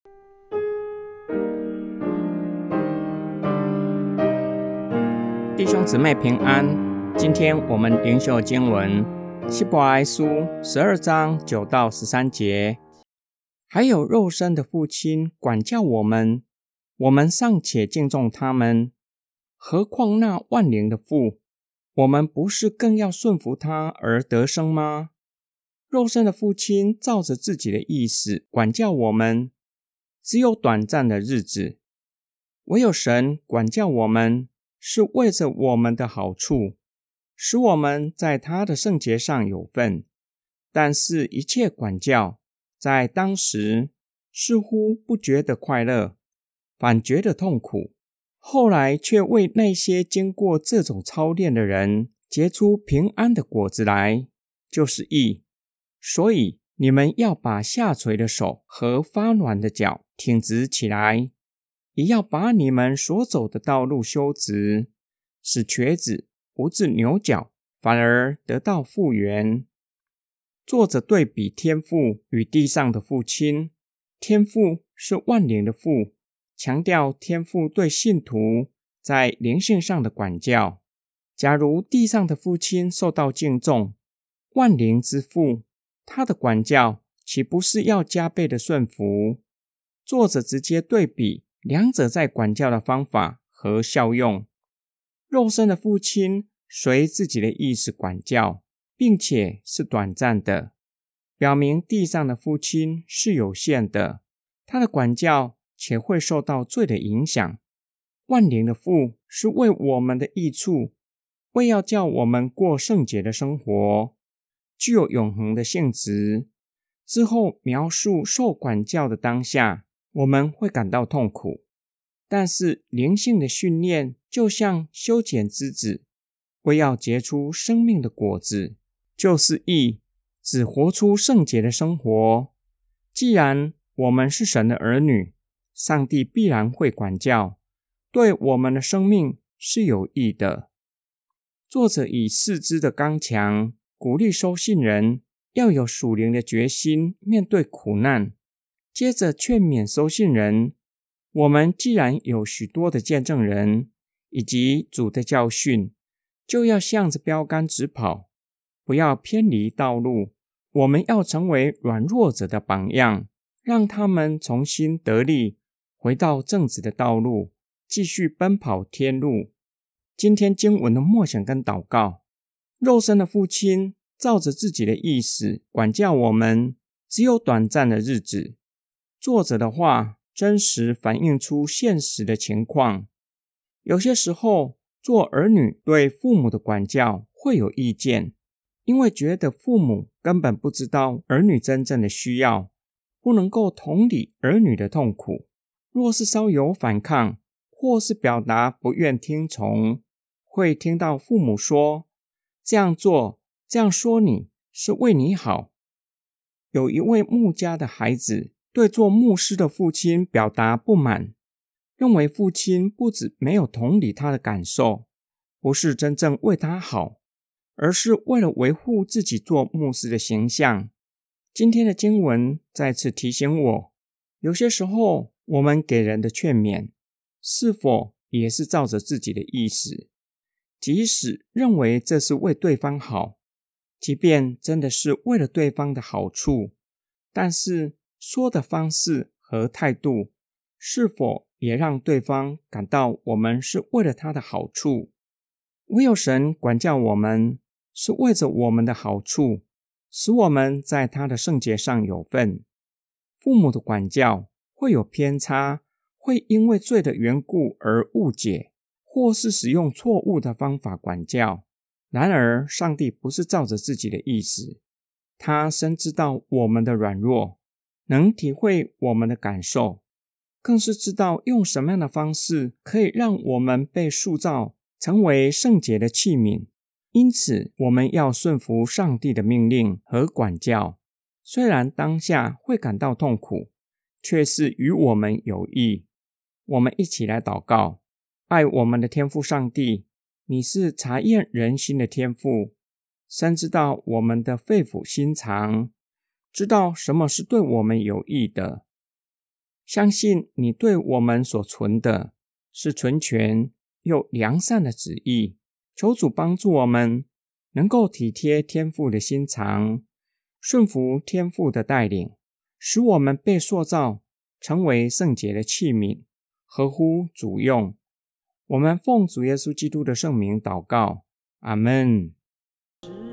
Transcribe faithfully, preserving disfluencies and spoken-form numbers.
弟兄姊妹平安，今天我们灵修经文希伯来书十二章九到十三节。还有肉身的父亲管教我们，我们尚且敬重他们，何况那万灵的父，我们不是更要顺服他而得生吗？肉身的父亲照着自己的意思管教我们，只有短暂的日子，唯有神管教我们，是为着我们的好处，使我们在他的圣洁上有份。但是一切管教在当时似乎不觉得快乐，反觉得痛苦，后来却为那些经过这种操练的人结出平安的果子来，就是义。所以你们要把下垂的手和发软的脚挺直起来，也要把你们所走的道路修直，使瘸子不致扭脚，反而得到复原。作者对比天父与地上的父亲，天父是万灵的父，强调天父对信徒在灵性上的管教。假如地上的父亲受到敬重，万灵之父他的管教岂不是要加倍的顺服？作者直接对比两者在管教的方法和效用。肉身的父亲随自己的意思管教，并且是短暂的，表明地上的父亲是有限的，他的管教且会受到罪的影响。万灵的父是为我们的益处，为要叫我们过圣洁的生活，具有永恒的性质。之后描述受管教的当下，我们会感到痛苦，但是灵性的训练就像修剪枝子，为要结出生命的果子，就是义，只活出圣洁的生活。既然我们是神的儿女，上帝必然会管教，对我们的生命是有益的。作者以四肢的刚强鼓励收信人要有属灵的决心面对苦难，接着劝勉收信人，我们既然有许多的见证人以及主的教训，就要向着标杆直跑，不要偏离道路。我们要成为软弱者的榜样，让他们重新得力，回到正直的道路，继续奔跑天路。今天经文的默想跟祷告，肉身的父亲照着自己的意思管教我们，只有短暂的日子。作者的话真实反映出现实的情况。有些时候做儿女对父母的管教会有意见，因为觉得父母根本不知道儿女真正的需要，不能够同理儿女的痛苦。若是稍有反抗，或是表达不愿听从，会听到父母说，这样做，这样说你是为你好。有一位牧家的孩子对做牧师的父亲表达不满，认为父亲不止没有同理他的感受，不是真正为他好，而是为了维护自己做牧师的形象。今天的经文再次提醒我，有些时候我们给人的劝勉，是否也是照着自己的意思？即使认为这是为对方好，即便真的是为了对方的好处，但是说的方式和态度，是否也让对方感到我们是为了他的好处？唯有神管教我们，是为着我们的好处，使我们在他的圣洁上有份。父母的管教会有偏差，会因为罪的缘故而误解，或是使用错误的方法管教。然而上帝不是照着自己的意思，他深知道我们的软弱，能体会我们的感受，更是知道用什么样的方式可以让我们被塑造成为圣洁的器皿。因此我们要顺服上帝的命令和管教，虽然当下会感到痛苦，却是与我们有益。我们一起来祷告。爱我们的天父上帝，你是察验人心的天父，深知道我们的肺腑心肠，知道什么是对我们有益的。 相信你对我们所存的是纯全又良善的旨意，求主帮助我们能够体贴天父的心肠，顺服天父的带领，使我们被塑造成为圣洁的器皿，合乎主用。我们奉主耶稣基督的圣名祷告，阿们。